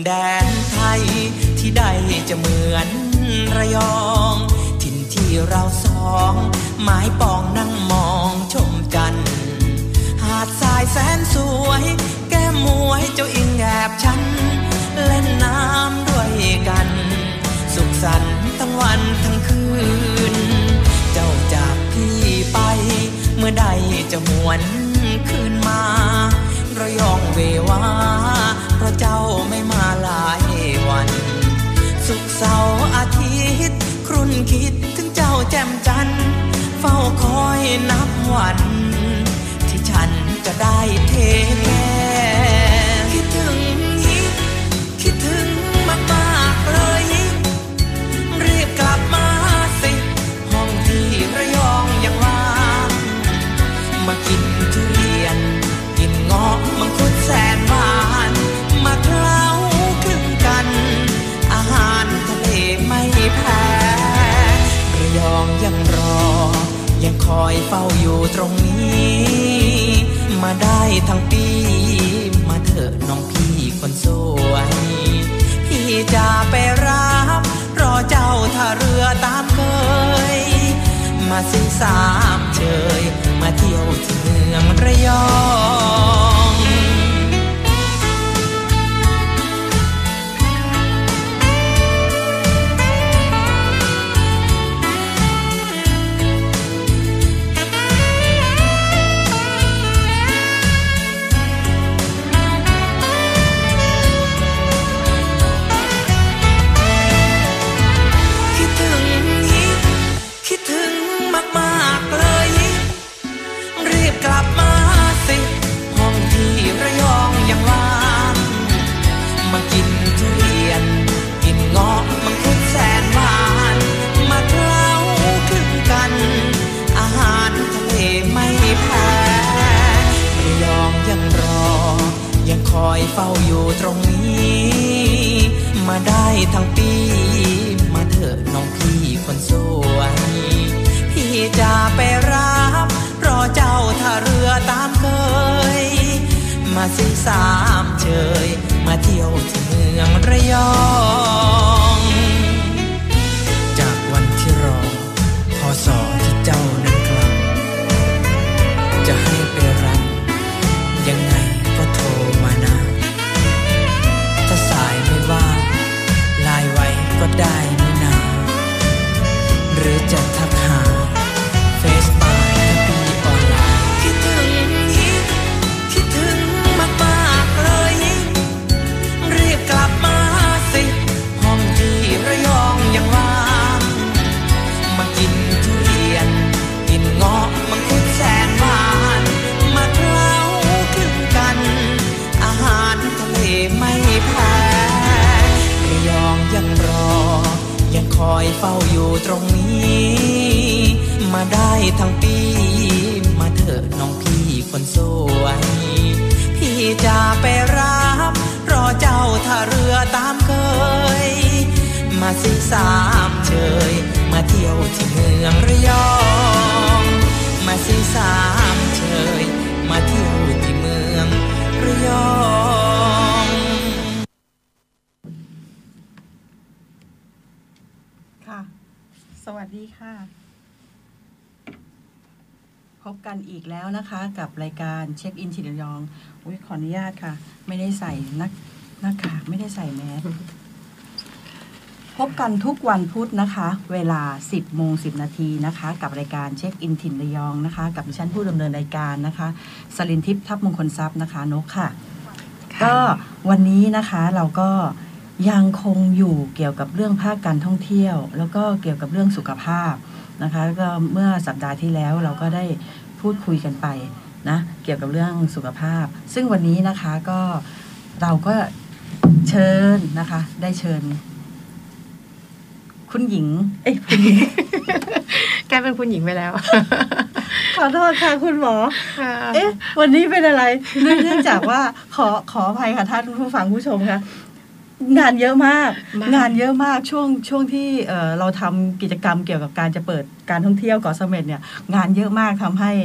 แดนไทยที่ใดจะเหมือนระยองถิ่นที่เราสองไม้ปองนั่งมองชมจันทร์หาดทรายแสนสวยแก้มมวยเจ้าอิงแอบฉันเล่นน้ำด้วยกันสุขสันต์ทั้งวันทั้งคืนเจ้าจากพี่ไปเมื่อใดจะหวนคืนมาระยองเววาเพราะเจ้าไม่มาหลายวันศุกร์เสาร์อาทิตย์ครุ่นคิดถึงเจ้าแจ่มจันทร์เฝ้าคอยนับวันที่ฉันจะได้เทแก่คิดถึงคิดถึงมากๆเลยรีบกลับมาสิห้องที่ระยองยังว่างมากินทุเรียนกินเงาะมังคุดแสนหวานมาเคล้าคลึงกันอาหารทะเลไม่แพ้ระยองยังรอยังคอยเฝ้าอยู่ตรงนี้มาได้ทั้งปีมาเถอะน้องพี่คนสวยพี่จะไปรับรอเจ้าท่าเรือตามเคยมาสิสามเชยมาเที่ยวที่เมืองระยองกลับมาสิห้องที่ระยองยังว่างมากินทุเรียนกินเงาะมังคุดแสนหวานมาเคล้าคลึงกันอาหารทะเลไม่แพ้ระยองยังรอยังคอยเฝ้าอยู่ตรงนี้มาได้ทั้งปีมาเถอะน้องพี่คนสวยพี่จะไปรับรอเจ้าท่าเรือตามเคยมาสิสามเชยมาเที่ยวที่เมืองระยองจากวันที่รอพศที่เจ้านั้นกลับจะให้ไปรับยังไงก็โทรมานะถ้าสายไม่ว่างไลน์ไว้ก็ได้นี่นาหรือจะทักหาเฟซบุ๊กคิดถึงมากๆเลยรีบกลับมาสิห้องที่ระยองยังว่างมากินทุเรียนกินเงาะมังคุดแสนหวานมาเคล้าคลึงกันอาหารทะเลไม่แพ้ระยองยังรอยังคอยเฝ้าอยู่ตรงนี้มาได้ทั้งปีมาเถอะน้องพี่คนสวยพี่จะไปรับรอเจ้าท่าเรือตามเคยมาสิสามเชยมาเที่ยวที่เมืองระยองมาสิสามเชยมาเที่ยวที่เมืองระยองค่ะสวัสดีค่ะพบกันอีกแล้วนะคะกับรายการเช็คอินที่ระยองขออนุญาตค่ะไม่ได้ใส่หน้ากากไม่ได้ใส่แมสพบกันทุกวันพุธนะคะเวลา 10:10 นาทีนะคะกับรายการเช็คอินถิ่นระยองนะคะกับดิฉันผู้ดำเนินรายการนะคะสลินทิพย์ทัพมงคลทรัพย์นะคะนกค่ะก็วันนี้นะคะเราก็ยังคงอยู่เกี่ยวกับเรื่องภาคการท่องเที่ยวแล้วก็เกี่ยวกับเรื่องสุขภาพนะคะก็เมื่อสัปดาห์ที่แล้วเราก็ได้พูดคุยกันไปนะเกี่ยวกับเรื่องสุขภาพซึ่งวันนี้นะคะก็เราก็เชิญนะคะได้เชิญคุณหญิงคุณหญิงแกเป็นคุณหญิงไปแล้วขอโทษค่ะคุณหมอวันนี้เป็นอะไรเนื่องจากว่าขออภัยค่ะท่านผู้ฟังผู้ชมค่ะงานเยอะมากช่วงที่เราทำกิจกรรมเกี่ยวกับการจะเปิดการท่องเที่ยวเกาะเสม็ดเนี่ยงานเยอะมากทำให้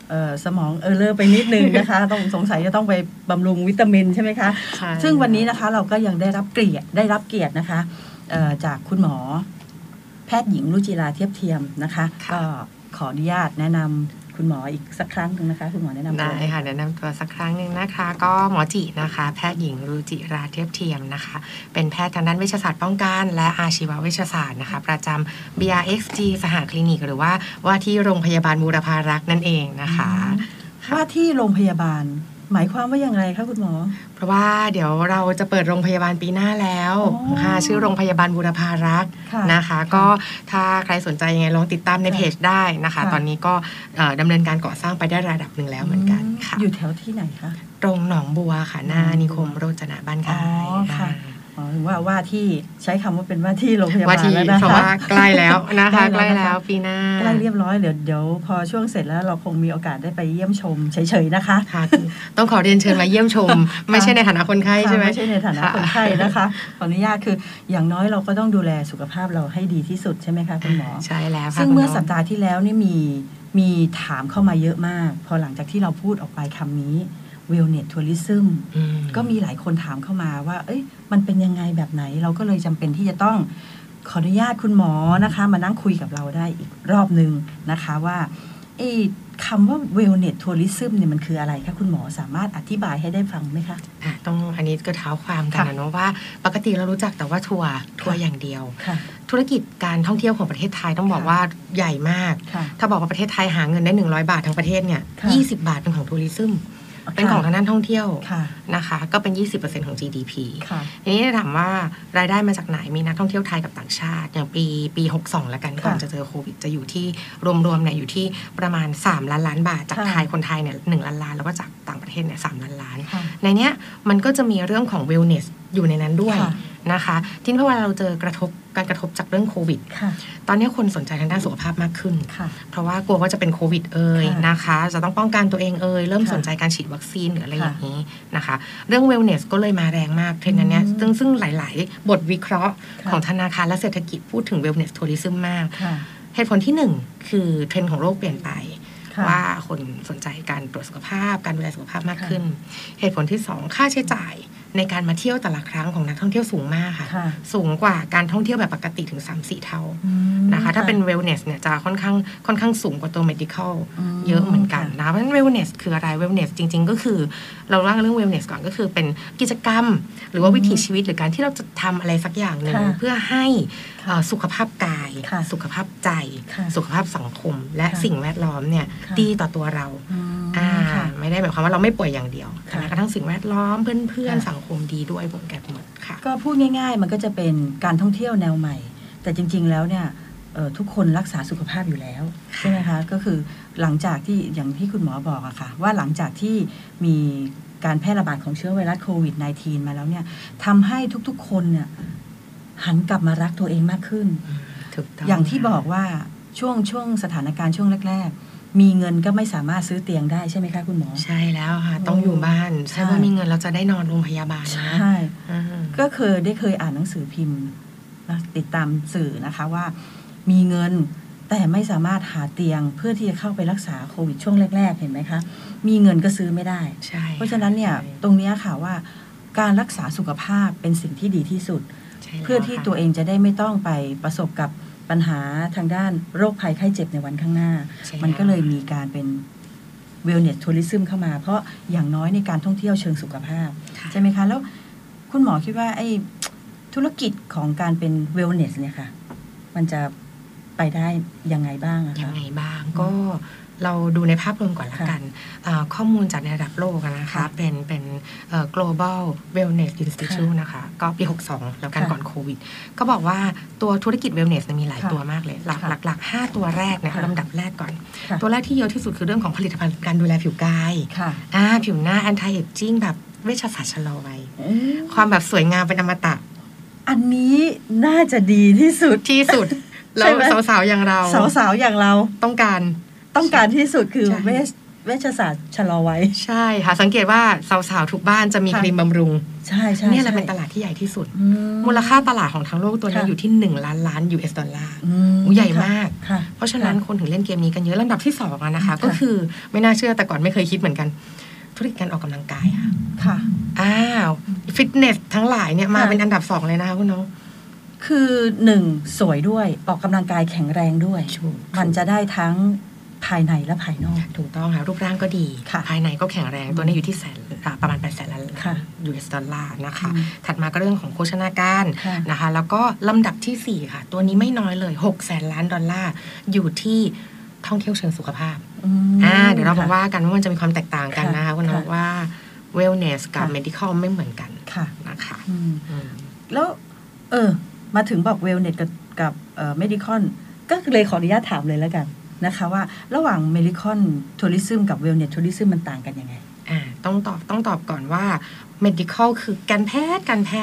สมองเลอร์ไปนิดนึงนะคะ ต้องสงสัยจะต้องไปบำรุงวิตามินใช่ไหมคะซึ่งวันนี้นะคะเราก็ยังได้รับเกียรตินะคะจากคุณหมอแพทย์หญิงรุจิราเทียบเทียมนะคะก็ขออนุญาตแนะนำคุณหมออีกสักครั้งหนึ่งนะคะคุณหมอแนะนำตัวได้ค่ะแนะนำตัวสักครั้งหนึ่งนะคะก็หมอจินะคะแพทย์หญิงรุจิราเทียบเทียมนะคะเป็นแพทย์ทางด้านเวชศาสตร์ป้องกันและอาชีวเวชศาสตร์นะคะประจำ BRXG สหคลินิกหรือว่าที่โรงพยาบาลบูรพารักษ์นั่นเองนะคะว่าที่โรงพยาบาลหมายความว่าอย่างไรคะคุณหมอเพราะว่าเดี๋ยวเราจะเปิดโรงพยาบาลปีหน้าแล้วค่ะชื่อโรงพยาบาลบูรพารักษ์นะคะก็ถ้าใครสนใจยังไงลองติดตามในเพจได้นะคะตอนนี้ก็ดำเนินการก่อสร้างไปได้ระดับหนึ่งแล้วเหมือนกันค่ะอยู่แถวที่ไหนคะตรงหนองบัวค่ะหน้านิคมโรจนะบ้านค่ายว่าที่ใช้คำว่าเป็นว่าที่โรงพยาบาลแล้วนะคะเพราะว่าใกล้แล้วนะคะใกล้แล้วปีหน้าใกล้เรียบร้อยเดี๋ยวพอช่วงเสร็จแล้วเราคงมีโอกาสได้ไปเยี่ยมชมเฉยๆนะคะต้องขอเรียนเชิญมาเยี่ยมชมไม่ใช่ในฐานะคนไข้ใช่ไหมไม่ใช่ในฐานะคนไข้นะคะขออนุญาตคืออย่างน้อยเราก็ต้องดูแลสุขภาพเราให้ดีที่สุดใช่ไหมคะคุณหมอใช่แล้วซึ่งเมื่อสัปดาห์ที่แล้วนี่มีถามเข้ามาเยอะมากพอหลังจากที่เราพูดออกไปคำนี้wellness tourism ก็มีหลายคนถามเข้ามาว่าเอ้ยมันเป็นยังไงแบบไหนเราก็เลยจำเป็นที่จะต้องขออนุญาตคุณหมอนะคะมานั่งคุยกับเราได้อีกรอบนึงนะคะว่าคำว่า wellness tourism เนี่ยมันคืออะไรคะคุณหมอสามารถอธิบายให้ได้ฟังไหมคะต้องอันนี้ก็เท้าความกันนะเนาะว่าปกติเรารู้จักแต่ว่าทัวร์อย่างเดียวธุรกิจการท่องเที่ยวของประเทศไทยต้องบอกว่าใหญ่มากถ้าบอกว่าประเทศไทยหาเงินได้100 บาททั้งประเทศเนี่ย20 บาทเป็นของทัวริซึมเป็นของทางด้านท่องเที่ยวนะคะก็เป็น 20% ของ GDP ทีนี้ถามว่ารายได้มาจากไหนมีนักท่องเที่ยวไทยกับต่างชาติอย่างปี62แล้วกันก่อนจะเจอโควิดจะอยู่ที่รวมๆเนี่ยอยู่ที่ประมาณ3 ล้านบาทจากไทยคนไทยเนี่ย1 ล้านแล้วก็จากต่างประเทศเนี่ย3 ล้านในเนี้ยมันก็จะมีเรื่องของ wellness อยู่ในนั้นด้วยนะคะที่พอเราเจอการกระทบจากเรื่องโควิดตอนนี้คนสนใจทางด้านสุขภาพมากขึ้นเพราะว่ากลัวว่าจะเป็นโควิดนะคะจะต้องป้องกันตัวเองเริ่มสนใจการฉีดวัคซีนหรืออะไรอย่างนี้นะคะเรื่อง wellness ก็เลยมาแรงมากเทรนด์นั้นเนี้ยซึ่งหลายๆบทวิเคราะห์ของธนาคารและเศรษฐกิจพูดถึง wellness tourism มากเหตุผลที่1คือเทรนด์ของโลกเปลี่ยนไปว่าคนสนใจการตรวจสุขภาพการดูแลสุขภาพมากขึ้นเหตุผลที่2ค่าใช้จ่ายในการมาเที่ยวแต่ละครั้งของนักท่องเที่ยวสูงมากค่ะสูงกว่าการท่องเที่ยวแบบปกติถึง 3-4 เท่านะคะถ้าเป็น wellness เนี่ยจะค่อนข้างสูงกว่าตัว medical เยอะเหมือนกันนะเพราะฉะนั้น wellness คืออะไร wellness จริงๆก็คือเราเล่าเรื่อง wellness ก่อนก็คือเป็นกิจกรรมหรือว่าวิถีชีวิตหรือการที่เราจะทำอะไรสักอย่างหนึ่งเพื่อให้สุขภาพกายสุขภาพใจสุขภาพสังคมและสิ่งแวดล้อมเนี่ยดีต่อตัวเราไม่ได้หมายความว่าเราไม่ป่วยอย่างเดียวแม้กระทั่งสิ่งแวดล้อมเพื่อนๆสังคมดีด้วยหมดกันหมดค่ะก็พูดง่ายๆมันก็จะเป็นการท่องเที่ยวแนวใหม่แต่จริงๆแล้วเนี่ยทุกคนรักษาสุขภาพอยู่แล้วใช่ไหมคะก็คือหลังจากที่อย่างที่คุณหมอบอกอะค่ะว่าหลังจากที่มีการแพร่ระบาดของเชื้อไวรัสโควิด -19 มาแล้วเนี่ยทำให้ทุกๆคนเนี่ยหันกลับมารักตัวเองมากขึ้นอย่างที่บอกว่าช่วงสถานการณ์ช่วงแรกๆมีเงินก็ไม่สามารถซื้อเตียงได้ใช่ไหมคะคุณหมอใช่แล้วค่ะต้องอยู่บ้านใช่ว่ามีเงินเราจะได้นอนโรงพยาบาลนะใช่ก็เคยอ่านหนังสือพิมพ์นะติดตามสื่อนะคะว่ามีเงินแต่ไม่สามารถหาเตียงเพื่อที่จะเข้าไปรักษาโควิดช่วงแรกๆเห็นไหมคะมีเงินก็ซื้อไม่ได้เพราะฉะนั้นเนี่ยตรงนี้ค่ะว่าการรักษาสุขภาพเป็นสิ่งที่ดีที่สุดเพื่อที่ตัวเองจะได้ไม่ต้องไปประสบกับปัญหาทางด้านโรคภัยไข้เจ็บในวันข้างหน้ามันก็เลยมีการเป็น wellness tourism เข้ามาเพราะอย่างน้อยในการท่องเที่ยวเชิงสุขภาพใช่ไหมคะแล้วคุณหมอคิดว่าไอ้ธุรกิจของการเป็น wellness เนี่ยค่ะมันจะไปได้ยังไงบ้างอะคะยังไงบ้างก็เราดูในภาพรวมก่อนละกันข้อมูลจากในระดับโลกนะคะเป็นglobal wellness institute นะคะก็ปี62แล้วกันก่อนโควิดก็บอกว่าตัวธุรกิจ wellness มีหลายตัวมากเลยหลัก5ตัวแรกเนี่ยลำดับแรกก่อนตัวแรกที่เยอะที่สุดคือเรื่องของผลิตภัณฑ์การดูแลผิวกายผิวหน้า anti aging แบบเวชศาสตร์ชะลอวัยความแบบสวยงามเป็นอมตะอันนี้น่าจะดีที่สุดแล้วสาวๆอย่างเราสาวๆอย่างเราต้องการที่สุดคือเวชศาสตร์ชะลอไว้ใช่ค่ะสังเกตว่าสาวๆทุกบ้านจะมีครีมบำรุงใช่ใช่นี่แหละเป็นตลาดที่ใหญ่ที่สุดมูลค่าตลาดของทั้งโลกตัวนี้อยู่ที่1 ล้านล้าน US ดอลลาร์ใหญ่มากเพราะฉะนั้นคนถึงเล่นเกมนี้กันเยอะลำดับที่2นะคะก็คือไม่น่าเชื่อแต่ก่อนไม่เคยคิดเหมือนกันธุรกิจการออกกำลังกายค่ะฟิตเนสทั้งหลายเนี่ยมาเป็นอันดับ2เลยนะคะคุณน้องคือ1สวยด้วยออกกำลังกายแข็งแรงด้วยมันจะได้ทั้งภายในและภายนอกถูกต้องค่ะรูปร่างก็ดีภายในก็แข็งแรงตัวนี้อยู่ที่ประมาณ800,000 ล้าน US ดอลลาร์นะคะถัดมาก็เรื่องของโภชนาการนะคะแล้วก็ลำดับที่4ค่ะตัวนี้ไม่น้อยเลย600,000 ล้านดอลลาร์อยู่ที่ท่องเที่ยวเชิงสุขภาพเดี๋ยวเรามาว่ากันว่ามันจะมีความแตกต่างกันนะคะคุณน้องว่า wellness กับ medical ไม่เหมือนกันนะคะแล้วมาถึงบอก wellness กับmedical ก็เลยขออนุญาตถามเลยแล้วกันนะคะว่าระหว่าง medical tourism กับ wellness tourism มันต่างกันยังไงต้องตอบก่อนว่า medical คือการแพทย์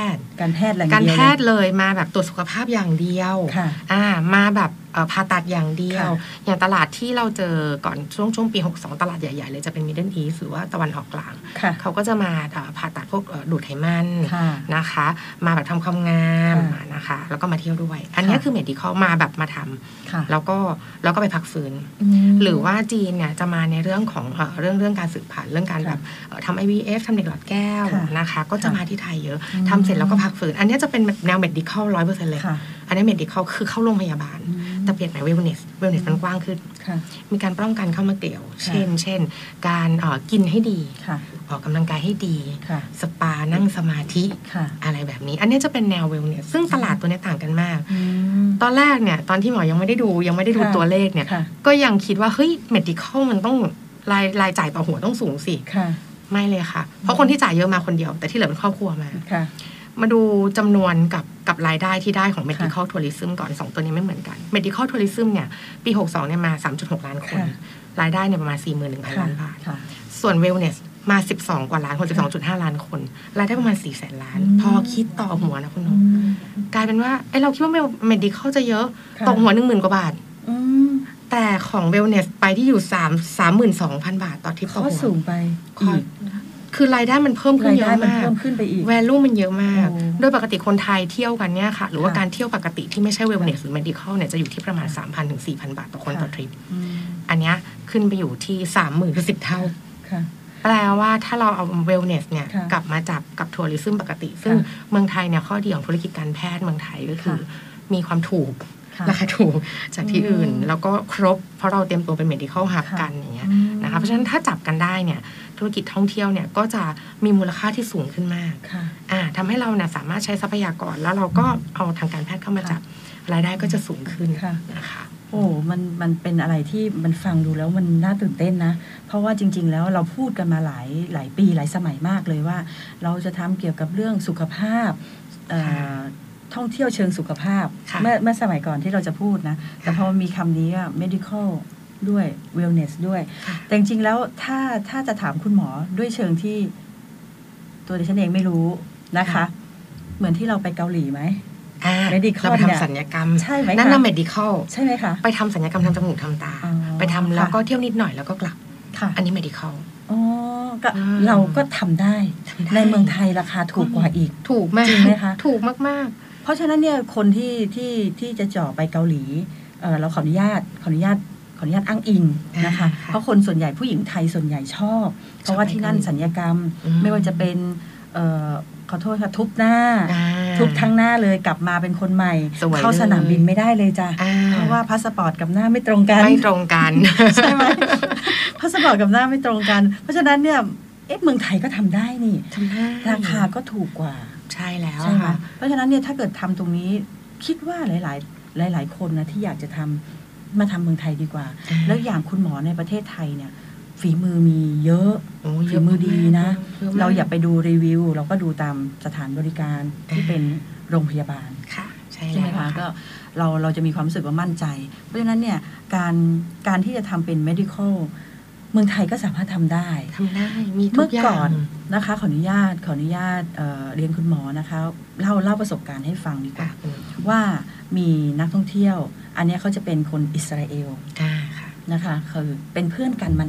เลยมาแบบตรวจสุขภาพอย่างเดียวมาแบบผ่าตัดอย่างเดียวอย่างตลาดที่เราเจอก่อนช่วงปี62ตลาดใหญ่ๆเลยจะเป็น Middle East หรือว่าตะวันออกกลางเขาก็จะมาผ่าตัดพวกดูดไขมันนะคะมาแบบทำความงามนะคะแล้วก็มาเที่ยวด้วยอันนี้คือ medical มาแบบมาทำแล้วก็ไปพักฟื้นหรือว่าจีนเนี่ยจะมาในเรื่องของเรื่องการสืบพันธุ์เรื่องการแบบทำ IVF ทำเด็กหลอดแก้วนะคะก็จะมาที่ไทยเยอะทำเสร็จแล้วก็พักฟื้นอันนี้จะเป็นแนว medical 100% เลยอันนี้ medical คือเข้าโรงพยาบาลแต่เปลี่ยนใหม่ wellness มันกว้างขึ้นมีการป้องกันเข้ามาเกี่ยวเช่นการกินให้ดีออกกำลังกายให้ดีสปานั่งสมาธิอะไรแบบนี้อันนี้จะเป็นแนว wellness ซึ่งตลาดตัวนี้ต่างกันมากตอนแรกเนี่ยตอนที่หมอยังไม่ได้ดูตัวเลขเนี่ยก็ยังคิดว่าเฮ้ย medical มันต้องรายจ่ายต่อหัวต้องสูงสิไม่เลยค่ะเพราะคนที่จ่ายเยอะมาคนเดียวแต่ที่เหลือเป็นครอบครัวมาดูจำนวนกับรายได้ที่ได้ของ medical tourism ก่อน2ตัวนี้ไม่เหมือนกัน medical tourism เนี่ยปี62เนี่ยมา 3.6 ล้านคนรายได้เนี่ยประมาณ 41,000 ล้านบาทส่วน wellness มา12 กว่าล้านคน 12.5 ล้านคนรายได้ประมาณ 400,000 ล้านพอคิดต่อหัวนะคุณน้องกลายเป็นว่าเราคิดว่า medical จะเยอะตกหัว 10,000 กว่าบาทแต่ของ wellness ไปที่อยู่ 32,000 บาทต่อทริปต่อหัวสูงไปคือรายได้มันเพิ่มขึ้นเยอะมาก value มันเยอะมากโดยปกติคนไทยเที่ยวกันเนี่ยค่ะหรือว่าการเที่ยวปกติที่ไม่ใช่ wellness หรือ medical เนี่ยจะอยู่ที่ประมาณ 3,000 ถึง 4,000 บาทต่อคนต่อทริปอันนี้ขึ้นไปอยู่ที่ 30,000 ถึง 10 เท่าแปลว่าถ้าเราเอา wellness เนี่ยกลับมาจับกับ tourism ปกติซึ่งเมืองไทยเนี่ยข้อดีของธุรกิจการแพทย์เมืองไทยก็คือมีความถูกราคาถูกจากที่อื่นแล้วก็ครบเพราะเราเตรียมตัวเป็น medical hub กันอย่างเงี้ยนะคะเพราะฉะนั้นถ้าจับกันได้เนี่ยธุรกิจท่องเที่ยวเนี่ยก็จะมีมูลค่าที่สูงขึ้นมากทำให้เราเนี่ยสามารถใช้ทรัพยากรแล้วเราก็เอาทางการแพทย์เข้ามาจับรายได้ก็จะสูงขึ้นนะคะมันเป็นอะไรที่มันฟังดูแล้วมันน่าตื่นเต้นนะเพราะว่าจริงๆแล้วเราพูดกันมาหลายปีหลายสมัยมากเลยว่าเราจะทำเกี่ยวกับเรื่องสุขภาพท่องเที่ยวเชิงสุขภาพเมื่อสมัยก่อนที่เราจะพูดนะแต่พอมีคำนี้ว่า medical ด้วย wellness ด้วยแต่จริงๆแล้วถ้าจะถามคุณหมอด้วยเชิงที่ตัวดิฉันเองไม่รู้นะคะเหมือนที่เราไปเกาหลีไหม medical เราไปทำศัลยกรรมใช่ไหมคะนั่นน่ะ medical ใช่ไหมคะไปทำศัลยกรรมทำจมูกทำตาไปทำแล้วก็เที่ยวนิดหน่อยแล้วก็กลับอันนี้ medical ก็เราก็ทำได้ในเมืองไทยราคาถูกกว่าอีกถูกมากจริงไหมคะถูกมากๆเพราะฉะนั้นเนี่ยคนที่จะเจาะไปเกาหลีเราขออนุญาตอ้างอิงนะคะเพราะคนส่วนใหญ่ผู้หญิงไทยส่วนใหญ่ชอบเพราะว่าที่นั่นศัลยกรรมไม่ว่าจะเป็นขอโทษค่ะทุบหน้าทุบทั้งหน้าเลยกลับมาเป็นคนใหม่เข้าสนามบินไม่ได้เลยจ้ะเพราะว่าพาสปอร์ตกับหน้าไม่ตรงกันใช่ไหมพาสปอร์ตกับหน้าไม่ตรงกันเพราะฉะนั้นเนี่ยเมืองไทยก็ทำได้นี่ราคาก็ถูกกว่าใช่แล้วค่ะเพราะฉะนั้นเนี่ยถ้าเกิดทำตรงนี้คิดว่าหลายคนนะที่อยากจะทำมาทำเมืองไทยดีกว่าแล้วอย่างคุณหมอในประเทศไทยเนี่ยฝีมือมีเยอะฝีมือดีนะเราอย่าไปดูรีวิวเราก็ดูตามสถานบริการที่เป็นโรงพยาบาลค่ะใช่ไหมคะก็เราจะมีความรู้สึกว่ามั่นใจเพราะฉะนั้นเนี่ยการที่จะทำเป็น medical เมืองไทยก็สามารถทำได้มีทุกอย่างเมื่อก่อนนะคะขออนุญาตเรียนคุณหมอนะคะเล่าประสบการณ์ให้ฟังดีกว่าว่ามีนักท่องเที่ยวอันนี้เขาจะเป็นคนอิสราเอลนะคะคือเป็นเพื่อนกันมานานแล้ว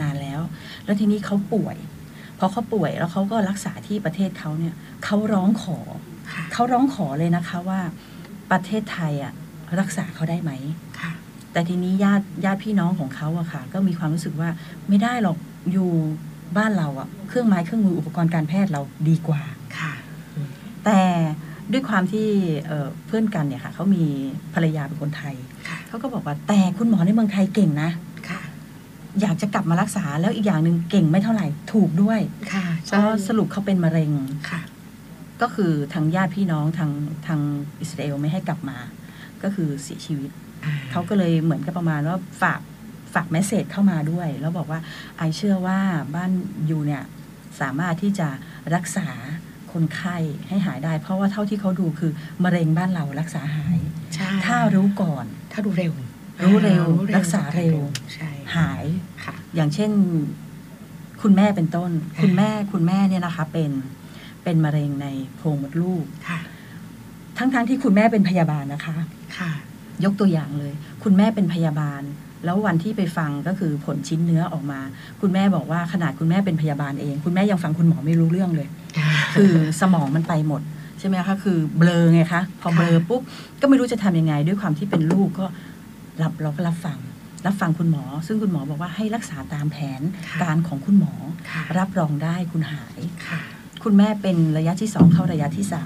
แล้วทีนี้เขาป่วยพอเขาป่วยแล้วเขาก็รักษาที่ประเทศเขาเนี่ยเขาร้องขอเลยนะคะว่าประเทศไทยอ่ะรักษาเขาได้ไหมแต่ทีนี้ญาติพี่น้องของเขาอะค่ะก็มีความรู้สึกว่าไม่ได้หรอกอยู่บ้านเราอะเครื่องไม้เครื่องมืออุปกรณ์การแพทย์เราดีกว่าแต่ด้วยความที่เพื่อนกันเนี่ยค่ะเขามีภรรยาเป็นคนไทยเขาก็บอกว่าแต่คุณหมอในเมืองไทยเก่งนะอยากจะกลับมารักษาแล้วอีกอย่างหนึ่งเก่งไม่เท่าไหร่ถูกด้วยก็สรุปเขาเป็นมะเร็งก็คือทางญาติพี่น้องทางอิสราเอลไม่ให้กลับมาก็คือเสียชีวิตเขาก็เลยเหมือนกับประมาณว่าฝากเมสเสจเข้ามาด้วยแล้วบอกว่าไอเชื่อว่าบ้านยูเนี่ยสามารถที่จะรักษาคนไข้ให้หายได้เพราะว่าเท่าที่เขาดูคือมะเร็งบ้านเรารักษาหายถ้ารู้ก่อนถ้าดูเร็วรักษาเร็วหายอย่างเช่นคุณแม่เป็นต้นคุณแม่เนี่ยนะคะเป็นมะเร็งในโพรงมดลูกทั้งที่คุณแม่เป็นพยาบาลนะคะยกตัวอย่างเลยคุณแม่เป็นพยาบาลแล้ววันที่ไปฟังก็คือผลชิ้นเนื้อออกมาคุณแม่บอกว่าขนาดคุณแม่เป็นพยาบาลเองคุณแม่ยังฟังคุณหมอไม่รู้เรื่องเลยคือสมองมันไปหมดใช่ไหมคะคือเบลอไงคะพอเบลอปุ๊บก็ไม่รู้จะทำยังไงด้วยความที่เป็นลูกก็เราก็รับฟังคุณหมอซึ่งคุณหมอบอกว่าให้รักษาตามแผนการของคุณหมอรับรองได้คุณหายคุณแม่เป็นระยะที่2เข้าระยะที่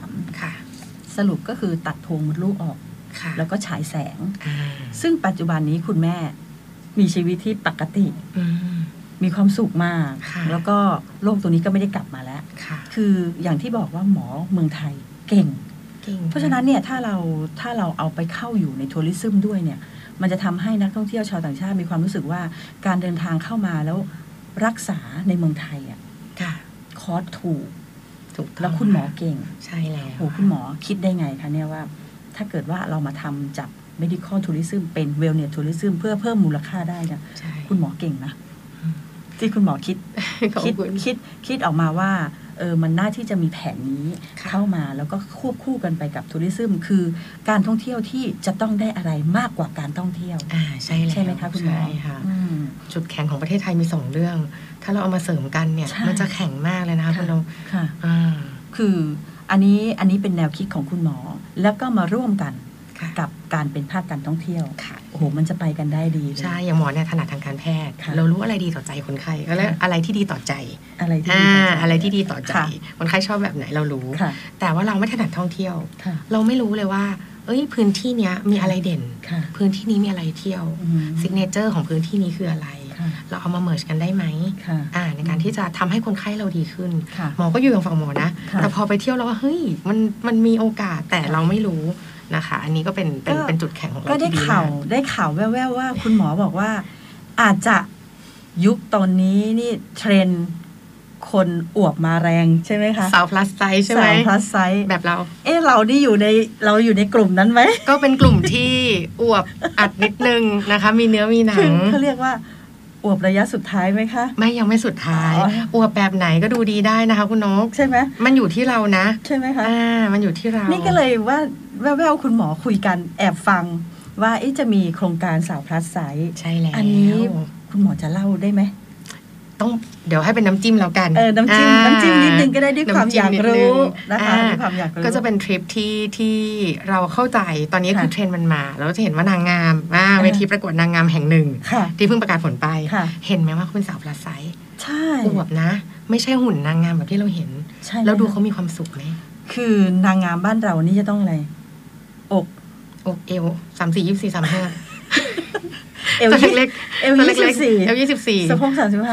3สรุปก็คือตัดโพรงมดลูกออกแล้วก็ฉายแสงซึ่งปัจจุบันนี้คุณแม่มีชีวิตที่ปกติมีความสุขมากแล้วก็โรคตัวนี้ก็ไม่ได้กลับมาแล้วคืออย่างที่บอกว่าหมอเมืองไทยเก่งเพราะฉะนั้นเนี่ยถ้าเราเอาไปเข้าอยู่ในทัวริซึมด้วยเนี่ยมันจะทำให้นักท่องเที่ยวชาวต่างชาติมีความรู้สึกว่าการเดินทางเข้ามาแล้วรักษาในเมืองไทยอ่ะคอร์สถูกแล้วคุณหมอเก่งใช่แล้วโอ้คุณหมอคิดได้ไงคะเนี่ยว่าถ้าเกิดว่าเรามาทำจาก medical tourism เป็น wellness tourism เพื่อเพิ่มมูลค่าได้เนี่ยคุณหมอเก่งนะที่คุณหมอคิดออกมาว่ามันน่าที่จะมีแผนนี้เข้ามาแล้วก็ควบคู่กันไปกับทัวริซึมคือการท่องเที่ยวที่จะต้องได้อะไรมากกว่าการท่องเที่ยวใช่ไหมคะคุณหมอใช่ค่ะจุดแข็งของประเทศไทยมี2เรื่องถ้าเราเอามาเสริมกันเนี่ยมันจะแข็งมากเลยนะคะคุณน้องคืออันนี้เป็นแนวคิดของคุณหมอแล้วก็มาร่วมกันกับการเป็นภาคการท่องเที่ยวโอ้โหมันจะไปกันได้ดีใช่อย่างหมอเนี่ยถนัดทางการแพทย์เรารู้อะไรดีต่อใจคนไข้แล้วอะไรที่ดีต่อใจอะไรที่ดีต่อใจคนไข้ชอบแบบไหนเรารู้แต่ว่าเราไม่ถนัดท่องเที่ยวเราไม่รู้เลยว่าพื้นที่เนี้ยมีอะไรเด่นพื้นที่นี้มีอะไรเที่ยวซิกเนเจอร์ของพื้นที่นี้คืออะไรเราเอามาเมิร์จกันได้ไหมในการที่จะทำให้คนไข้เราดีขึ้นหมอก็อยู่อย่างฝั่งหมอนะแต่พอไปเที่ยวเราว่าเฮ้ยมันมีโอกาสแต่เราไม่รู้นะคะอันนี้ก็เป็นจุดแข็งของเราก็ได้ข่าวแว่วๆว่าคุณหมอบอกว่าอาจจะยุคตอนนี้นี่เทรนด์คนอวบมาแรงใช่ไหมคะสาว plus size ใช่ไหมสาว plus size แบบเราเรานี่เราอยู่ในกลุ่มนั้นไหมก็เป็นกลุ่มที่อวบอัดนิดนึงนะคะมีเนื้อมีหนังเขาเรียกว่าอวบระยะสุดท้ายไหมคะไม่ยังไม่สุดท้ายอวบแบบไหนก็ดูดีได้นะคะคุณนกใช่ไหมมันอยู่ที่เรานะใช่ไหมคะมันอยู่ที่เรานี่ก็เลยว่าแว่วๆคุณหมอคุยกันแอบฟังว่าจะมีโครงการสาว plus size ใช่แล้วอันนี้คุณหมอจะเล่าได้ไหมต้องเดี๋ยวให้เป็นน้ำจิ้มแล้วกันน้ำจิ้มนิดนึงก็ได้ด้วยความอยากรู้นะคะด้วยความอยากรู้ก็จะเป็นทริปที่เราเข้าใจตอนนี้คือเทรนด์มันมาแล้วจะเห็นว่านางงามเวทีประกวดนางงามแห่งหนึ่งที่เพิ่งประกาศผลไปเห็นไหมว่าเขาเป็นสาว plus size ใช่อวบนะไม่ใช่หุ่นนางงามแบบที่เราเห็นแล้วดูเขามีความสุขไหมคือนางงามบ้านเรานี่จะต้องอะไรอกเอว34 24 35 เอวเล็กเอว24สะโพก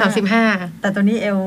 35แต่ตอนนี้เอว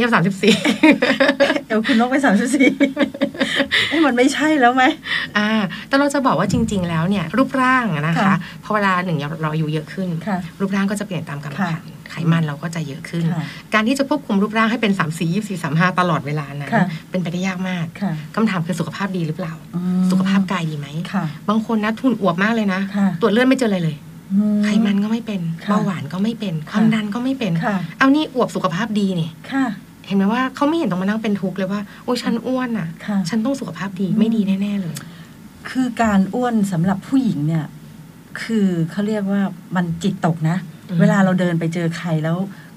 34 เอวคุณนกไป34มันไม่ใช่แล้วไหมแต่เราจะบอกว่าจริงๆแล้วเนี่ยรูปร่างนะคะพอเวลาหนึ่งเราอายุเยอะขึ้นรูปร่างก็จะเปลี่ยนตามกรรมพันธุ์ไขมันเราก็จะเยอะขึ้นการที่จะควบคุมรูปร่างให้เป็น34 24 35ตลอดเวลานั้นเป็นไปได้ยากมากคำถามคือสุขภาพดีหรือเปล่าสุขภาพกายดีไหมบางคนนะทุนอวบมากเลยนะตรวจเลือดไม่เจออะไรเลยไขมันก็ไม่เป็นเบาหวานก็ไม่เป็นความดันก็ไม่เป็นเอานี่อวบสุขภาพดีนี่เห็นไหมว่าเขาไม่เห็นต้องมานั่งเป็นทุกข์เลยว่าโอ้ฉันอ้วนอ่ะฉันต้องสุขภาพดีไม่ดีแน่ๆเลยคือการอ้วนสำหรับผู้หญิงเนี่ยคือเขาเรียกว่ามันจิตตกนะเวลาเราเดินไปเจอใครแล้ว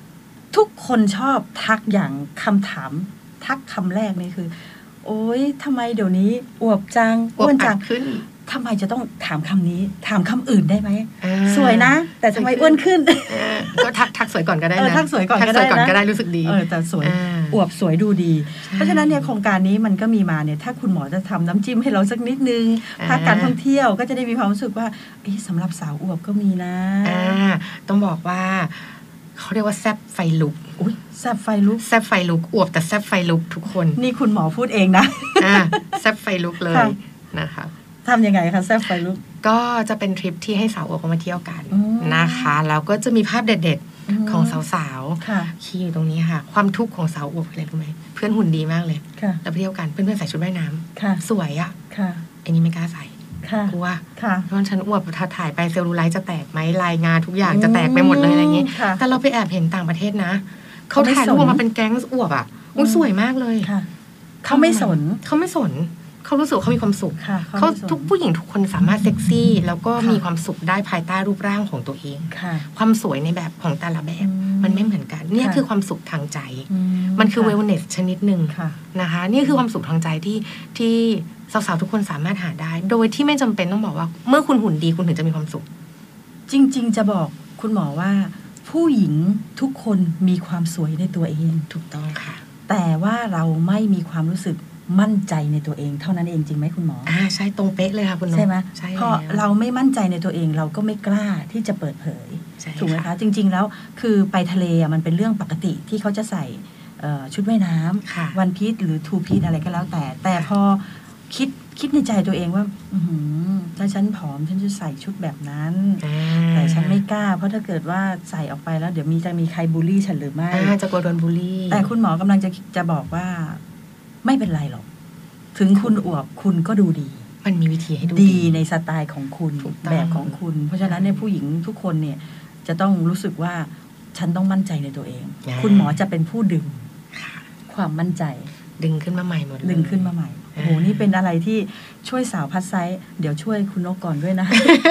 ทุกคนชอบทักอย่างคำถามทักคำแรกนี่คือโอ๊ยทำไมเดี๋ยวนี้อวบจังอ้วนจังขึ้นทำไมจะต้องถามคำนี้ถามคำอื่นได้ไหมสวยนะแต่ทำไมอ้วนขึ้นก็ทักสวยก่อนก็ได้นะทักสวยก่อนก็ได้รู้สึกดีแต่สวยอวบสวยดูดีเพราะฉะนั้นเนี่ยโครงการนี้มันก็มีมาเนี่ยถ้าคุณหมอจะทำน้ำจิ้มให้เราสักนิดนึงภาคการท่องเที่ยวก็จะได้มีความรู้สึกว่าสำหรับสาวอวบก็มีนะต้องบอกว่าเขาเรียกว่าแซบไฟลุกแซบไฟลุกอวบแต่แซบไฟลุกทุกคนนี่คุณหมอพูดเองนะแซบไฟลุกเลยนะคะทำยังไงคะแซบไฟลุกก็จะเป็นทริปที่ให้สาวอวบมาเที่ยวกันนะคะแล้วก็จะมีภาพเด็ดๆของสาวๆที่อยู่ตรงนี้ค่ะความทุกข์ของสาวอวบอะไรรู้ไหมเพื่อนหุ่นดีมากเลยแล้วไปเที่ยวกันเพื่อนๆใส่ชุดว่ายน้ำสวยอ่ะอันนี้ไม่กล้าใส่กลัวเพราะฉันอวบถ้าถ่ายไปเซลลูไลท์จะแตกไหมรายงานทุกอย่างจะแตกไปหมดเลยอะไรอย่างนี้แต่เราไปแอบเห็นต่างประเทศนะเขาถ่ายรูปมาเป็นแก๊งอวบอ่ะสวยมากเลยเขาไม่สนเขารู้สึกเขามีความสุขเขาทุกผู้หญิงทุกคนสามารถเซ็กซี่แล้วก็มีความสุขได้ภายใต้รูปร่างของตัวเองความสวยในแบบของแต่ละแบบมันไม่เหมือนกันนี่คือความสุขทางใจมันคือเวลเนสชนิดหนึ่งนะคะนี่คือความสุขทางใจที่สาวๆทุกคนสามารถหาได้โดยที่ไม่จำเป็นต้องบอกว่าเมื่อคุณหุ่นดีคุณถึงจะมีความสุขจริงๆจะบอกคุณหมอว่าผู้หญิงทุกคนมีความสวยในตัวเองถูกต้องค่ะแต่ว่าเราไม่มีความรู้สึกมั่นใจในตัวเองเท่านั้นเองจริงไหมคุณหมอใช่ตรงเป๊ะเลยค่ะคุณน้องใช่ไหมเพราะเราไม่มั่นใจในตัวเองเราก็ไม่กล้าที่จะเปิดเผยถูกไหมคะจริงๆแล้วคือไปทะเลมันเป็นเรื่องปกติที่เขาจะใส่ชุดว่ายน้ำวันพีซหรือทูพีซอะไรก็แล้วแต่พอคิดในใจตัวเองว่าถ้าฉันผอมฉันจะใส่ชุดแบบนั้นแต่ฉันไม่กล้าเพราะถ้าเกิดว่าใส่ออกไปแล้วเดี๋ยวจะมีใครบูลลี่ฉันหรือไม่จะกลัวโดนบูลลี่แต่คุณหมอกำลังจะบอกว่าไม่เป็นไรหรอกถึงคุณอวบคุณก็ดูดีมันมีวิธีให้ดูดีในสไตล์ของคุณแบบของคุณเพราะฉะนั้นเนี่ยผู้หญิงทุกคนเนี่ยจะต้องรู้สึกว่าฉันต้องมั่นใจในตัวเองคุณหมอจะเป็นผู้ดึงความมั่นใจดึงขึ้นมาใหม่หมดดึงขึ้นมาใหม่โอ้โหนี่เป็นอะไรที่ช่วยสาวพัดไซส์เดี๋ยวช่วยคุณนกก่อนด้วยนะ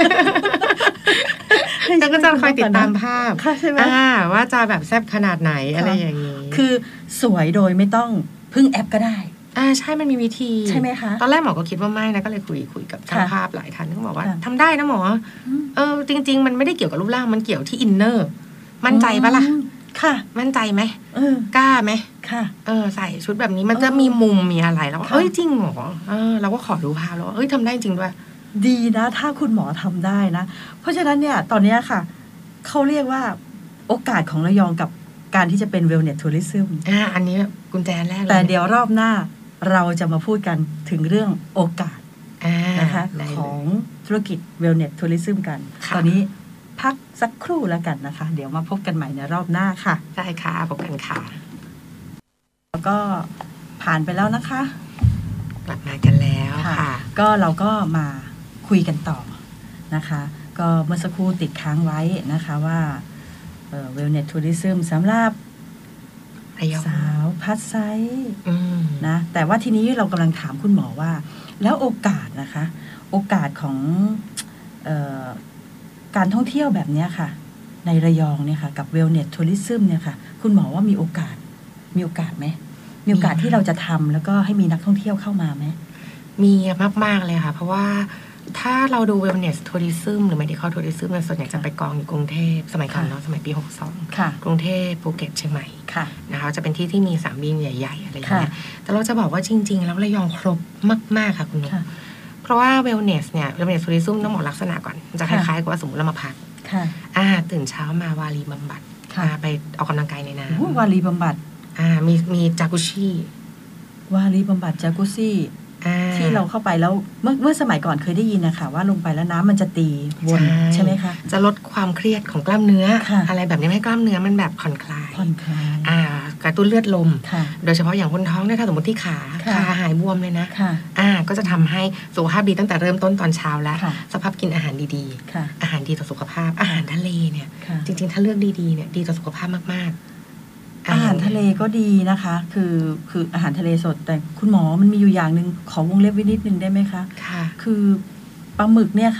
แล้วก็จะคอยติดตามภาพใช่ไหมว่าจะแบบแซ่บขนาดไหนอะไรอย่างนี้คือสวยโดยไม่ต้องพึ่งแอปก็ได้ใช่มันมีวิธีใช่ไหมคะตอนแรกหมอก็คิดว่าไม่นะก็เลยคุยกับช่างภาพหลายท่านก็บอกว่าทำได้นะหมอจริงๆมันไม่ได้เกี่ยวกับรูปร่างมันเกี่ยวที่อินเนอร์มั่นใจปะล่ะค่ะมั่นใจไหมกล้าไหมค่ะใส่ชุดแบบนี้มันจะมีมุมมีอะไรแล้วจริงหรอเราก็ขอดูภาพแล้วทำได้จริงด้วยดีนะถ้าคุณหมอทำได้นะเพราะฉะนั้นเนี่ยตอนนี้ค่ะเขาเรียกว่าโอกาสของระยองกับการที่จะเป็นเวลเนสทัวริซึมอันนี้กุญแจแรกเลยแต่เดี๋ยวรอบหน้าเราจะมาพูดกันถึงเรื่องโอกาสนะคะของธุรกิจเวลเนสทัวริซึมกันตอนนี้พักสักครู่แล้วกันนะคะเดี๋ยวมาพบกันใหม่ในรอบหน้าค่ะได้ค่ะพบกันค่ะแล้วก็ผ่านไปแล้วนะคะกลับมากันแล้วค่ะก็เราก็มาคุยกันต่อนะคะก็เมื่อสักครู่ติดค้างไว้นะคะว่าเวลเนสทัวริซึมสำหรับสาวพัดไซส์นะแต่ว่าทีนี้เรากำลังถามคุณหมอว่าแล้วโอกาสนะคะโอกาสของการท่องเที่ยวแบบนี้ค่ะในระยองเนี่ยค่ะกับเวลเนสทัวริซึมเนี่ยค่ะคุณหมอว่ามีโอกาสไหมมีโอกาสที่เราจะทำแล้วก็ให้มีนักท่องเที่ยวเข้ามาไหมมีมากๆเลยค่ะเพราะว่าถ้าเราดู wellness tourism หรือ medical tourism ส่วนใหญ่จะไปกองอยู่กรุงเทพสมัยก่อนเนาะสมัยปี62กรุงเทพภูเก็ตเชียงใหม่นะคะจะเป็นที่ที่มีสนามบินใหญ่ๆอะไรอย่างเงี้ยแต่เราจะบอกว่าจริงๆแล้วระยองครบมากๆค่ะคุณนุ๊กเพราะว่า wellness เนี่ย wellness tourism ต้องบอกลักษณะก่อนจะคล้ายๆกับว่าสมมติเรามาพักตื่นเช้ามาวารีบำบัดไปออกกำลังกายในน้ำวารีบำบัดมีจากุชิวารีบำบัดจากุชิที่เราเข้าไปแล้วเมื่อสมัยก่อนเคยได้ยินนะคะว่าลงไปแล้วน้ำมันจะตีวนใช่ไหมคะจะลดความเครียดของกล้ามเนื้ออะไรแบบนี้ให้กล้ามเนื้อมันแบบผ่อนคลายกระตุ้นเลือดลมโดยเฉพาะอย่างคนท้องเนี่ยถ้าสมมติที่ขาหายบวมเลยนะก็จะทำให้สุขภาพดีตั้งแต่เริ่มต้นตอนเช้าแล้วสภาพกินอาหารดีๆอาหารดีต่อสุขภาพอาหารทะเลเนี่ยจริงๆถ้าเลือกดีๆเนี่ยดีต่อสุขภาพมากๆอาหารทะเลก็ดีนะคะคืออาหารทะเลสดแต่คุณหมอมันมีอยู่อย่างนึงขอวงเล็บไว้นิดนึงได้ไหมคะค่ะคือปลาหมึกเนี่ยค่ะ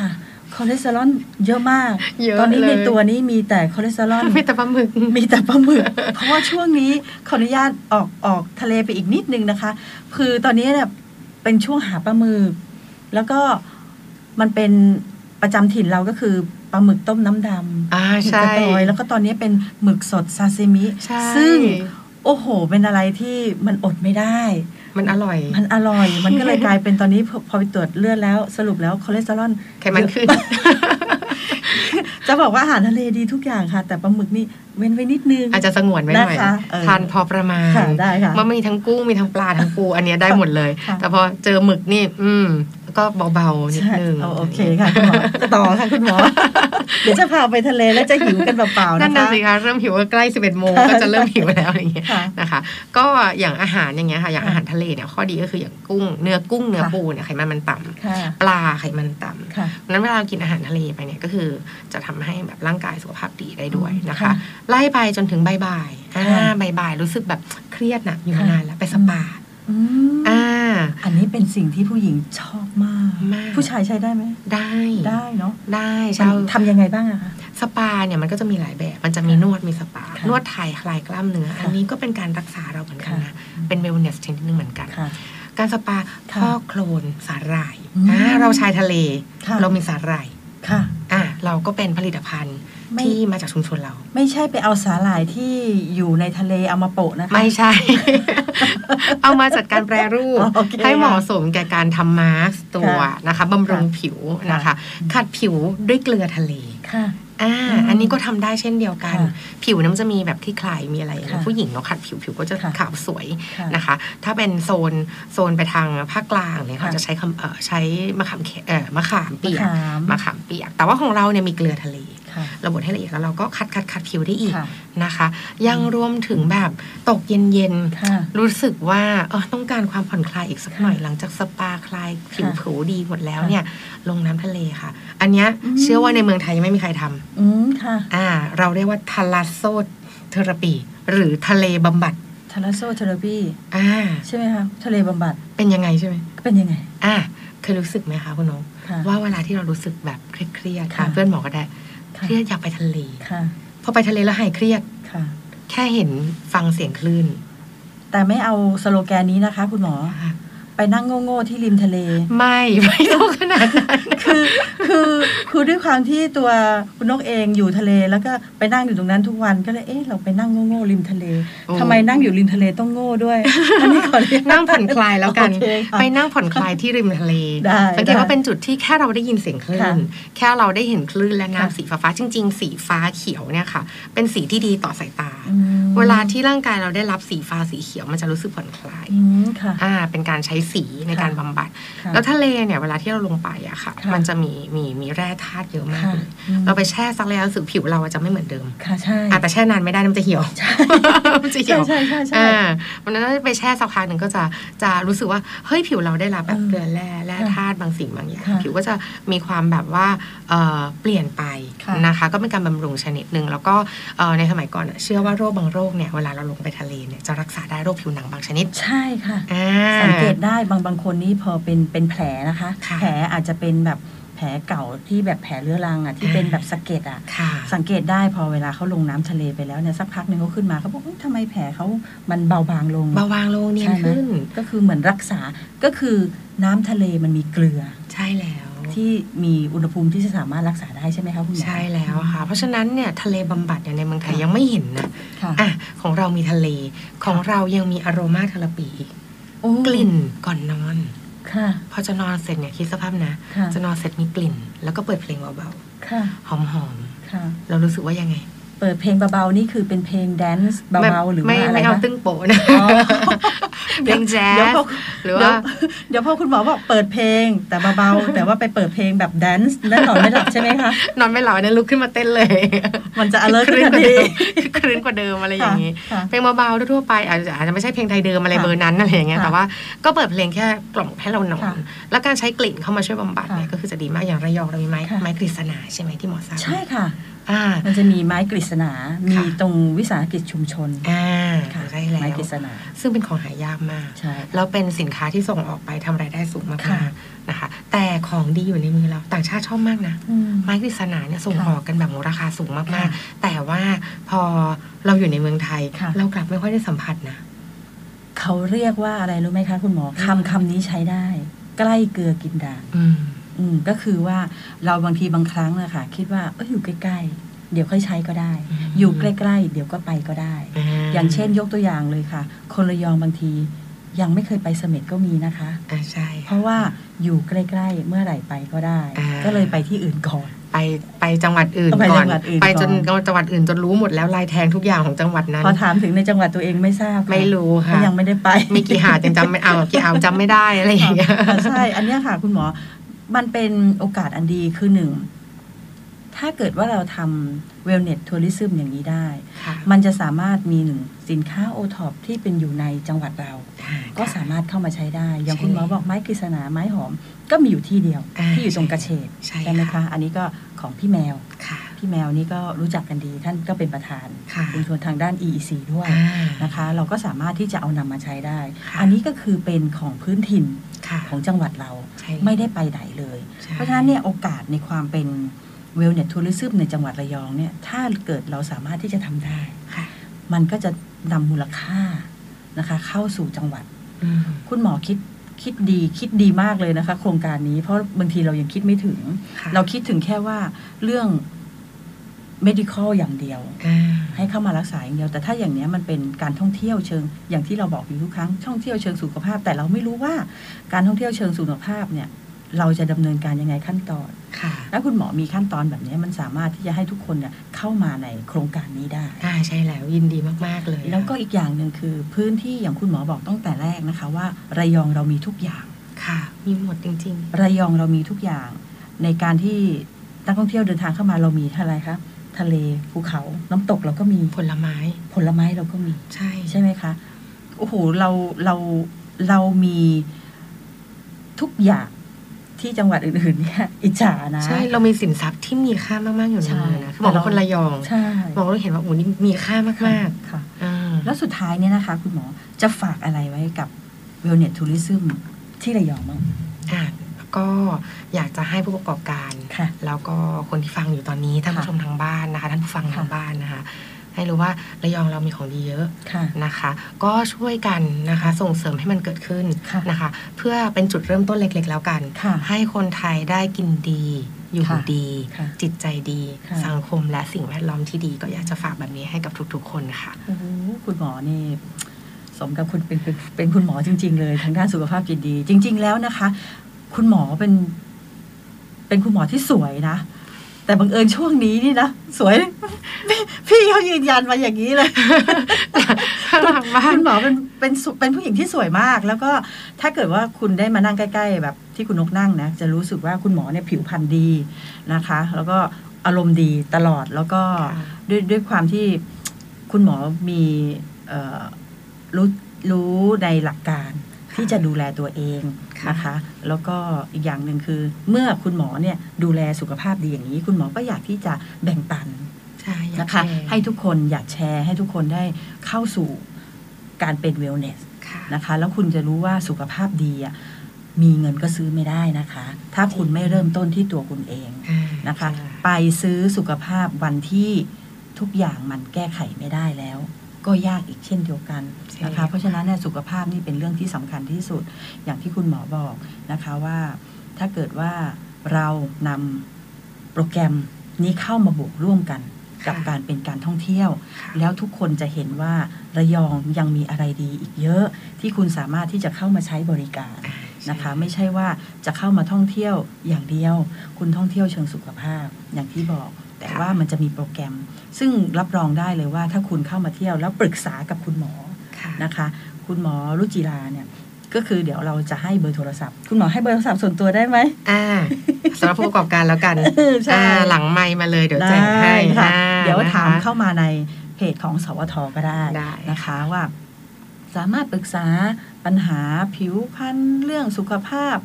คอเลสเตอรอลเยอะมากเยอะตอนนี้เลยในตัวนี้มีแต่คอเลสเตอรอลมีแต่ปลาหมึกมีแต่ปลาหมึก เพราะว่าช่วงนี้ขออนุญาตออกทะเลไปอีกนิดนึงนะคะ คือตอนนี้เนี่ยเป็นช่วงหาปลาหมึก แล้วก็มันเป็นประจำถิ่นเราก็คือปลาหมึกต้มน้ำดำใช่หมึกกระตอยแล้วก็ตอนนี้เป็นหมึกสดซาซิมิใช่ซึ่งโอ้โหเป็นอะไรที่มันอดไม่ได้มันอร่อยมันอร่อย มันก็เลยกลายเป็นตอนนี้พอไปตรวจเลือดแล้วสรุปแล้วคอเลสเตอรอลไขมันขึ้นจะบอกว่าอาหารทะเลดีทุกอย่างค่ะ แต่ปลาหมึกนี่เว้นไว้นิดนึงอาจจะสงวนไว้หน่อยนะคะทานพอประมาณค่ะได้ค่ะมันมีทั้งกุ้งมีทั้งปลาทั้งปูอันเนี้ยได้หมดเลยค่ะแต่พอเจอหมึกนี่ก็เบาๆนิดนึงใช่โอเคค่ะคุณหมอต่อค่ะคุณหมอ เดี๋ยวจะพาไปทะเลแล้วจะหิวกันเปล่าๆนั่นะนน่ะคะสิคะเริ่มหิวก็ใกล้ 11 โมงก็จะเริ่มหิวแล้วอย่างเงี้ยค่ะนะคะ ก็อย่างอาหารอย่างเงี้ยค่ะอย่างอาหารทะเลเนี่ยข้อดีก็คืออย่างกุ้งเนื้อปูเนี่ยไขมันมันต่ำค่ะปลาไขมันต่ำค่ะนั้นเวลาเรากินอาหารทะเลไปเนี่ยก็คือจะทำให้แบบร่างกายสุขภาพดีได้ด้วยนะคะค่ะไล่ไปจนถึงบ่ายค่ะบ่ายรู้สึกแบบเครียดนะอยู่ค่ะนานแล้วไปสปาอืม อันนี้เป็นสิ่งที่ผู้หญิงชอบมาก ผู้ชายใช้ได้ไหมได้ได้เนาะได้มันเช่าทำยังไงบ้างอะคะสปาเนี่ยมันก็จะมีหลายแบบ มันจะมีนวดมีสปาค่ะนวดไทยคลายกล้ามเนื้อค่ะอันนี้ก็เป็นการรักษาเราเหมือนกันนะค่ะเป็นเวลเนสชนิดนึงเหมือนกันค่ะการสปาค่ะพอกโคลนสาหร่ายอืมเราชายทะเลค่ะเรามีสาหร่ายค่ะเราก็เป็นผลิตภัณฑ์ไม่ที่มาจากชุมชนเราไม่ใช่ไปเอาสาหร่ายที่อยู่ในทะเลเอามาโปะนะคะไม่ใช่ เอามาจัดการแปรรูปโอเคให้เหมาะสมแก่การทำมาสก์ตัวค่ะนะคะบำรุงผิวนะคะ ขัดผิวด้วยเกลือทะเลค่ะอันนี้ก็ทำได้เช่นเดียวกันค่ะผิวเนี่ยมันจะมีแบบที่คลายมีอะไรค่ะผู้หญิงเนาะขัดผิวก็จะค่ะขาวสวยค่ะนะคะ ถ้าเป็นโซนไปทางภาคกลางเนี่ยเขาค่ะจะใช้มะขามมะขามเปียกมะขามมะขามเปียก แต่ว่าของเราเนี่ยมีเกลือทะเลค่ะเราบดให้ละเอียดแล้วเราก็ขัดผิวได้อีกค่ะนะคะ ยังรวมถึงแบบตกเย็นค่ะรู้สึกว่าต้องการความผ่อนคลายอีกสักหน่อยหลังจากสปาคลายผิวค่ะเผาดีหมดแล้วค่ะเนี่ยลงน้ำทะเลค่ะ อันเนี้ยอืมเชื่อว่าในเมืองไทยยังไม่มีใครทำค่ะเราเรียกว่าทาราโซเทอราปีหรือทะเลบำบัดทาราโซเทอราปี ใช่ไหมคะทะเลบำบัดเป็นยังไงใช่ไหมเป็นยังไงเคยรู้สึกไหมคะคุณน้องค่ะว่าเวลาที่เรารู้สึกแบบเครียดๆค่ะเพื่อนหมอก็ได้ค่ะเครียดอยากไปทะเลค่ะพอไปทะเลแล้วหายเครียดค่ะแค่เห็นฟังเสียงคลื่นแต่ไม่เอาสโลแกนนี้นะคะ คุณหมอ ไปนั่งโง่ๆที่ริมทะเลไม่ต้องขนาดนั้นคือด้วยความที่ตัวคุณนกเองอยู่ทะเลแล้วก็ไปนั่งอยู่ตรงนั้นทุกวันก็เลยเราไปนั่งโง่ๆริมทะเลโอ้ทำไมนั่งอยู่ริมทะเลต้องโง่ด้วยอันนี้ขอเรียกนั่งผ่อนคลายแล้วกันโอเคค่ะไปนั่งผ่อนคลายที่ริมทะเลได้สังเกตว่าเป็นจุดที่แค่เราได้ยินเสียงคลื่ค่ะน แค่เราได้เห็นคลื่นและค่ะน้ำสีฟ้าๆจริง ๆ สีฟ้าเขียวเนี่ยค่ะ เป็นสีที่ดีต่อสายตาอืมเวลาที่ร่างกายเราได้รับสีฟ้าสีเขียวมันจะรู้สึกผ่อนคลายค่ะเป็นการใช้สีในการบำบัดค่ะแล้วทะเลเนี่ยเวลาที่เราลงไปอะค่ะค่ะมันจะมีแร่ธาตุเยอะมากค่ะเลยอืมเราไปแช่ซักแล้วรู้สึกผิวเราจะไม่เหมือนเดิมค่ะใช่แต่แช่นานไม่ได้มันจะเหี่ยวมันจะเหี่ยวใช่วันนั้นไปแช่สักพักหนึ่งก็จะรู้สึกว่าเฮ้ยผิวเราได้รับแบบเกลือแร่ค่ะธาตุบางสิ่งบางอย่างค่ะผิวก็จะมีความแบบว่าเปลี่ยนไปค่ะนะคะ ก็เป็นการบำรุงชนิดหนึ่งแล้วก็ในสมัยก่อนเชื่อว่าโรคบางโรคเนี่ยเวลาเราลงไปทะเลเนี่ยจะรักษาได้โรคผิวหนังบางชนิดใช่ค่ะอ่าสังเกตได้บางคนนี่พอเป็นแผลนะคะค่ะแผลอาจจะเป็นแบบแผลเก่าที่แบบแผลเรื้อรังที่เป็นแบบสะเก็ดค่ะสังเกตได้พอเวลาเขาลงน้ำทะเลไปแล้วเนี่ยสักพักหนึ่งเขาขึ้นมาเขาบอกทำไมแผลเขามันเบาบางลงเบาบางลงเนียนใช่ไหมขึ้นก็คือเหมือนรักษาก็คือน้ำทะเลมันมีเกลือใช่แล้วที่มีอุณหภูมิที่จะสามารถรักษาได้ใช่ไหมคะคุณหมอใช่แล้วค่ะ เพราะฉะนั้นเนี่ยทะเลบำบัดเนี่ยในเมืองไทยค่ะยังไม่เห็นนะค่ะของเรามีทะเลของเรายังมีอโรมาเทอราปีโอ้กลิ่นก่อนนอนค่ะพอจะนอนเสร็จเนี่ยคิดสภาพนะค่ะจะนอนเสร็จมีกลิ่น แล้วก็เปิดเพลงเบาค่ะๆหอมค่ะๆเรารู้สึกว่ายังไงเปิดเพลงเบาๆนี่คือเป็นเพลงแดนซ์เบาๆหรือว่าอะไรไม่เอาคะตึ้งโปะนะอ๋อเพลงแจ๊เดี๋ยวสพอหรือว่าเดี๋ยวพอคุณหมอบอกเปิดเพลงแต่เบาๆ แต่ว่าไปเปิดเพลงแบบแดนซ์แล้วนอนไม่หลับใช่ไหมคะนอนไม่หลับเนี่ยลุกขึ้นมาเต้นเลยมันจะ alert ขึ้นทันทีคลื่นกว่าเดิมอะไรอย่างนี้ค่ะเพลงเบาๆทั่วๆไปอาจจะไม่ใช่เพลงไทยเดิมอะไรค่ะเบอร์นั้นอะไรอย่างเงี้ยค่ะแต่ว่าก็เปิดเพลงแค่กล่อมให้เรานอค่ะนแล้วการใช้กลิ่นเข้ามาช่วยบำบัดเนี่ยค่ะก็คือจะดีมากอย่างระยองเรามีไม้ค่ะไม้กฤษณาใช่ไหมที่หมอทราบใช่ค่ะมันจะมีไม้กฤษณามีตรงวิสาหกิจชุมชนใช่แล้วไม้กฤษณาซึ่งเป็นของหายากมากแล้วเป็นสินค้าที่ส่งออกไปทำรายได้สูงมากๆนะคะแต่ของดีอยู่ในมือเราต่างชาติชอบมากนะไม้กฤษณาเนี่ยส่งออกกันแบบราคาสูงมากๆแต่ว่าพอเราอยู่ในเมืองไทยเรากลับไม่ค่อยได้สัมผัสนะเขาเรียกว่าอะไรรู้ไหมคะคุณหมอคำนี้ใช้ได้ใกล้เกลือกินด่างก็คือว่าเราบางทีบางครั้งนะคะคิดว่าอยู่ใกล้ๆเดี๋ยวค่อยใช้ก็ได้อยู่ใกล้ๆเดี๋ยวก็ไปก็ได้อย่างเช่นยกตัวอย่างเลยค่ะคนระยองบางทียังไม่เคยไปเสม็ดก็มีนะคะใช่เพราะว่าอยู่ใกล้ๆเมื่อไหร่ไปก็ได้ก็เลยไปที่อื่นก่อนไปจังหวัดอื่นก่อนไปจนจังหวัดอื่นจนรู้หมดแล้วลายแทงทุกอย่างของจังหวัดนั้นพอถามถึงในจังหวัดตัวเองไม่ทราบไม่รู้ค่ะยังไม่ได้ไปมีกี่หาดยังจำไม่เอากี่อ่าวจำไม่ได้อะไรอย่างเงี้ยใช่อันนี้ค่ะคุณหมอมันเป็นโอกาสอันดีคือหนึ่งถ้าเกิดว่าเราทำเวลเนสทัวริซึมอย่างนี้ได้มันจะสามารถมีหนึ่งสินค้าโอท็อปที่เป็นอยู่ในจังหวัดเราก็สามารถเข้ามาใช้ได้อย่างคุณหมอบอกไม้กฤษณาไม้หอมก็มีอยู่ที่เดียวที่อยู่ตรงกระเฉดใช่ไหมคะอันนี้ก็ของพี่แมวพี่แมวนี่ก็รู้จักกันดีท่านก็เป็นประธานชุมชนทางด้าน EEC ด้วยนะคะเราก็สามารถที่จะเอานำมาใช้ได้อันนี้ก็คือเป็นของพื้นถิ่นของจังหวัดเราไม่ได้ไปไหนเลยเพราะฉะนั้นเนี่ยโอกาสในความเป็นเวลเนสทัวริซึมในจังหวัดระยองเนี่ยถ้าเกิดเราสามารถที่จะทำได้มันก็จะนำมูลค่านะคะเข้าสู่จังหวัดคุณหมอคิดดีมากเลยนะคะโครงการนี้เพราะบางทีเรายังคิดไม่ถึงเราคิดถึงแค่ว่าเรื่อง medical อย่างเดียวให้เข้ามารักษาอย่างเดียวแต่ถ้าอย่างนี้มันเป็นการท่องเที่ยวเชิงอย่างที่เราบอกอยู่ทุกครั้งท่องเที่ยวเชิงสุขภาพแต่เราไม่รู้ว่าการท่องเที่ยวเชิงสุขภาพเนี่ยเราจะดำเนินการยังไงขั้นตอนแล้วคุณหมอมีขั้นตอนแบบนี้มันสามารถที่จะให้ทุกคนเนี่ยเข้ามาในโครงการนี้ได้ใช่แล้วยินดีมากๆเลยแล้วก็อีกอย่างหนึ่งคือพื้นที่อย่างคุณหมอบอกตั้งแต่แรกนะคะว่าระยองเรามีทุกอย่างค่ะมีหมดจริงๆระยองเรามีทุกอย่างในการที่นักท่องเที่ยวเดินทางเข้ามาเรามีอะไรคะทะเลภูเขาน้ำตกเราก็มีผลไม้เราก็มีใช่ไหมคะโอ้โหเรามีทุกอย่างที่จังหวัดอื่นๆเนี่ยอิจฉานะใช่เรามีสินทรัพย์ที่มีค่ามากๆอยู่ในมือนะบอกว่าคนระยองบอกเราเห็นว่าโอ้นี่มีค่ามากๆค่ะแล้วสุดท้ายเนี่ยนะคะคุณหมอจะฝากอะไรไว้กับเวลเนสทัวริซึมที่ระยองบ้างก็อยากจะให้ผู้ประกอบการแล้วก็คนที่ฟังอยู่ตอนนี้ท่านผู้ชมทางบ้านนะคะท่านผู้ฟังทางบ้านนะคะให้รู้ว่าระยองเรามีของดีเยอะนะคะก็ช่วยกันนะคะส่งเสริมให้มันเกิดขึ้นนะคะเพื่อเป็นจุดเริ่มต้นเล็กๆแล้วกันให้คนไทยได้กินดีอยู่ดีจิตใจดีสังคมและสิ่งแวดล้อมที่ดีก็อยากจะฝากแบบนี้ให้กับทุกๆคนค่ะโอ้โหคุณหมอนี่สมกับคุณเป็นคุณหมอจริงๆเลยทางด้านสุขภาพจิตดีจริงๆแล้วนะคะคุณหมอเป็นคุณหมอที่สวยนะแต่บังเอิญช่วงนี้นี่นะสวยพี่เขายืนยันมาอย่างนี้เลยคุณหมอเป็นผู้หญิงที่สวยมากแล้วก็ถ้าเกิดว่าคุณได้มานั่งใกล้ๆแบบที่คุณนกนั่งนะจะรู้สึกว่าคุณหมอเนี่ยผิวพรรณดีนะคะแล้วก็อารมณ์ดีตลอดแล้วก็ด้วยความที่คุณหมอมีรู้ในหลักการที่จะดูแลตัวเองนะคะแล้วก็อีกอย่างหนึ่งคือเมื่อคุณหมอเนี่ยดูแลสุขภาพดีอย่างนี้คุณหมอก็อยากที่จะแบ่งปันนะคะให้ทุกคนอยากแชร์ให้ทุกคนได้เข้าสู่การเป็นเวลเนสนะคะแล้วคุณจะรู้ว่าสุขภาพดีมีเงินก็ซื้อไม่ได้นะคะถ้าคุณไม่เริ่มต้นที่ตัวคุณเองนะคะไปซื้อสุขภาพวันที่ทุกอย่างมันแก้ไขไม่ได้แล้วก็ยากอีกเช่นเดียวกันนะคะเพราะฉะนั้นเนี่ยสุขภาพนี่เป็นเรื่องที่สำคัญที่สุดอย่างที่คุณหมอบอกนะคะว่าถ้าเกิดว่าเรานำโปรแกรมนี้เข้ามาบวกร่วมกันกับการเป็นการท่องเที่ยวแล้วทุกคนจะเห็นว่าระยองยังมีอะไรดีอีกเยอะที่คุณสามารถที่จะเข้ามาใช้บริการนะคะไม่ใช่ว่าจะเข้ามาท่องเที่ยวอย่างเดียวคุณท่องเที่ยวเชิงสุขภาพอย่างที่บอกแต่ว่ามันจะมีโปรแกรมซึ่งรับรองได้เลยว่าถ้าคุณเข้ามาเที่ยวแล้วปรึกษากับคุณหมอนะคะคุณหมอรุจิราเนี่ยก็คือเดี๋ยวเราจะให้เบอร์โทรศัพท์คุณหมอให้เบอร์โทรศัพท์ส่วนตัวได้ไหมสำหรับผู้ประกอบการแล้วกันหลังไมค์มาเลยเดี๋ยวแจ้งให้เดี๋ยวถามเข้ามาในเพจของสวท.ก็ได้นะคะว่าสามารถปรึกษาปัญหาผิวพรรณเรื่องสุขภาพ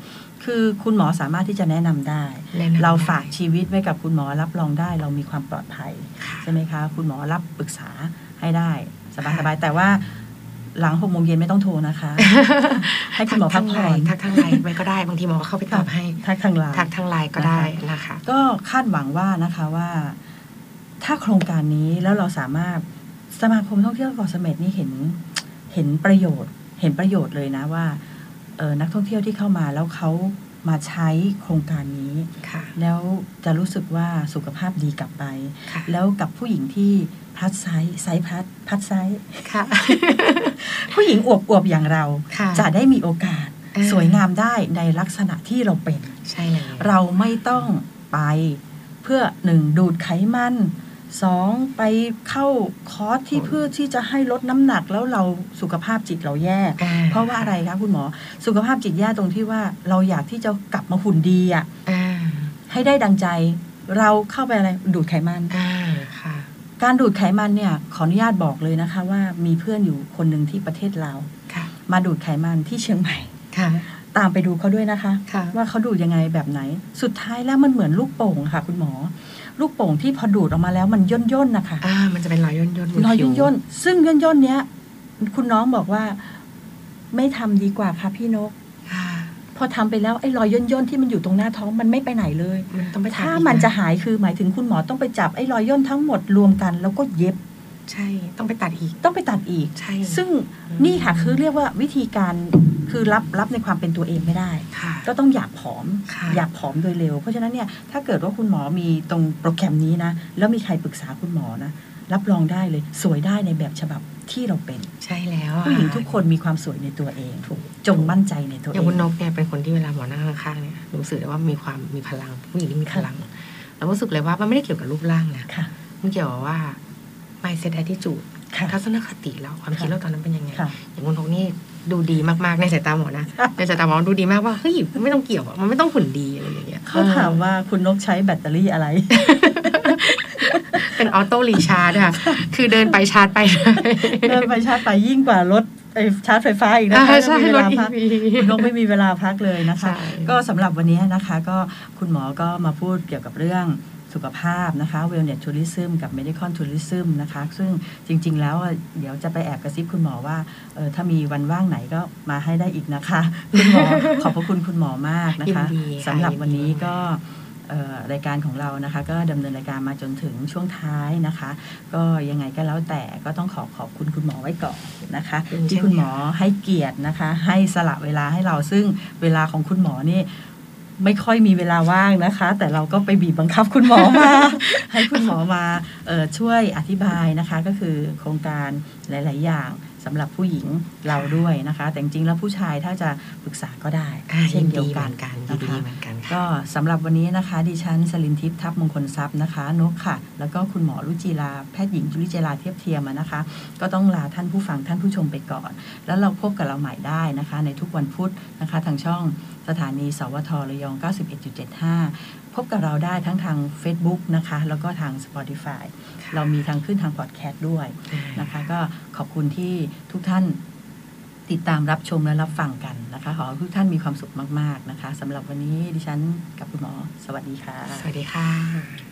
คือคุณหมอสามารถที่จะแนะนำได้ เราฝากชีวิตไว้กับคุณหมอรับรองได้เรามีความปลอดภัยใช่ไหมคะคุณหมอรับปรึกษาให้ได้สบายๆแต่ว่าหลัง 6 โมงเย็นไม่ต้องโทรนะคะ ให้คุณหมอพักผ่อนทักทางไลน์ไว้ก็ได้บางทีหมอเข้าไปตอบให้ทักทางไลน์ก็ได้นะคะก็คาดหวังว่านะคะว่าถ้าโครงการนี้แล้วเราสามารถสมาคมท่องเที่ยวเกาะเสม็ดนี่เห็นประโยชน์เลยนะว่านักท่องเที่ยวที่เข้ามาแล้วเขามาใช้โครงการนี้แล้วจะรู้สึกว่าสุขภาพดีกลับไปแล้วกับผู้หญิงที่พัดไซส์พัดไซส์ผู้หญิงอวบๆอย่างเราจะได้มีโอกาสสวยงามได้ในลักษณะที่เราเป็นใช่เลยเราไม่ต้องไปเพื่อ1ดูดไขมัน2ไปเข้าคอร์สที่เพื่อที่จะให้ลดน้ำหนักแล้วเราสุขภาพจิตเราแย่เพราะว่าอะไรคะคุณหมอสุขภาพจิตแย่ตรงที่ว่าเราอยากที่จะกลับมาหุ่นดีให้ได้ดังใจเราเข้าไปอะไรดูดไขมันการดูดไขมันเนี่ยขออนุญาตบอกเลยนะคะว่ามีเพื่อนอยู่คนหนึ่งที่ประเทศลาวมาดูดไขมันที่เชียงใหม่ตามไปดูเขาด้วยนะคะว่าเขาดูดยังไงแบบไหนสุดท้ายแล้วมันเหมือนลูกโป่งค่ะคุณหมอลูกโป่งที่พอดูดออกมาแล้วมันย่นๆนะคะมันจะเป็นรอยย่นๆรอยย่นๆซึ่งย่นๆเนี้ยคุณน้องบอกว่าไม่ทำดีกว่าค่ะพี่นกพอทำไปแล้วไอ้รอยย่นๆที่มันอยู่ตรงหน้าท้องมันไม่ไปไหนเลยถ้ามันจะหายคือหมายถึงคุณหมอต้องไปจับไอ้รอยย่นทั้งหมดรวมกันแล้วก็เย็บใช่ต้องไปตัดอีกใช่ซึ่งนี่ค่ะคือเรียกว่าวิธีการคือรับในความเป็นตัวเองไม่ได้ก็ต้องอยากผอมโดยเร็วเพราะฉะนั้นเนี่ยถ้าเกิดว่าคุณหมอมีตรงโปรแกรมนี้นะแล้วมีใครปรึกษาคุณหมอนะรับรองได้เลยสวยได้ในแบบฉบับที่เราเป็นใช่แล้วผู้หญิงทุกคนมีความสวยในตัวเองจงมั่นใจในตัวเองอย่างคุณนกเนี่ยเป็นคนที่เวลาหมอนั่งข้างๆเนี่ยรู้สึกเลยว่ามีพลังผู้หญิงที่มีพลังแล้วรู้สึกเลยว่ามันไม่ได้เกี่ยวกับรูปร่างนะมันเกี่ยวกับว่าmindset attitude ทัศนคติแล้วความคิดเราตอนนั้นเป็นยังไงอย่างคุณนกนี่ดูดีมากๆในสายตาหมอนะในสายตาหมอดูดีมากว่าเฮ้ยไม่ต้องเกี่ยวมันไม่ต้องหุ่นดีอะไรอย่างเงี้ยเขาถามว่าคุณนกใช้แบตเตอรี่อะไรเป็นออโต้รีชาร์จค่ะคือเดินไปชาร์จไปยิ่งกว่ารถชาร์จไฟฟ้าอีกนะคะไม่มีเวลาพักคุณนกไม่มีเวลาพักเลยนะคะก็สำหรับวันนี้นะคะก็คุณหมอก็มาพูดเกี่ยวกับเรื่องสุขภาพนะคะ Wellness Tourism กับ Medical Tourism นะคะซึ่งจริงๆแล้วเดี๋ยวจะไปแอบกระซิบคุณหมอว่าถ้ามีวันว่างไหนก็มาให้ได้อีกนะคะคุณหมอขอบพระคุณคุณหมอมากนะคะสำหรับวันนี้ก็รายการของเรานะคะก็ดำเนินรายการมาจนถึงช่วงท้ายนะคะก็ยังไงก็แล้วแต่ก็ต้องขอบคุณคุณหมอไว้ก่อนนะคะที่คุณหมอให้เกียรตินะคะให้สละเวลาให้เราซึ่งเวลาของคุณหมอนี่ไม่ค่อยมีเวลาว่างนะคะแต่เราก็ไปบีบบังคับคุณหมอมา ให้คุณหมอมาช่วยอธิบายนะคะก็คือโครงการหลายๆอย่างสำหรับผู้หญิงเราด้วยนะคะแต่จริงๆแล้วผู้ชายถ้าจะปรึกษาก็ได้เช่นเดียวกันนะคะก็สำหรับวันนี้นะคะดิฉันสลินทิพย์ทัพมงคลทรัพย์นะคะนกค่ะแล้วก็คุณหมอรุจิราแพทย์หญิงจุลิเจราเทียบเทียมนะคะก็ต้องลาท่านผู้ฟังท่านผู้ชมไปก่อนแล้วเราพบกับเราใหม่ได้นะคะในทุกวันพุธนะคะทางช่องสถานีสวทระยอง 91.75 พบกับเราได้ทั้งทาง Facebook นะคะแล้วก็ทาง Spotify เรามีทางขึ้นทางพอดแคสต์ด้วยนะคะก็ขอบคุณที่ทุกท่านติดตามรับชมและรับฟังกันนะคะขอให้ทุกท่านมีความสุขมากๆนะคะสำหรับวันนี้ดิฉันกับคุณหมอสวัสดีค่ะสวัสดีค่ะ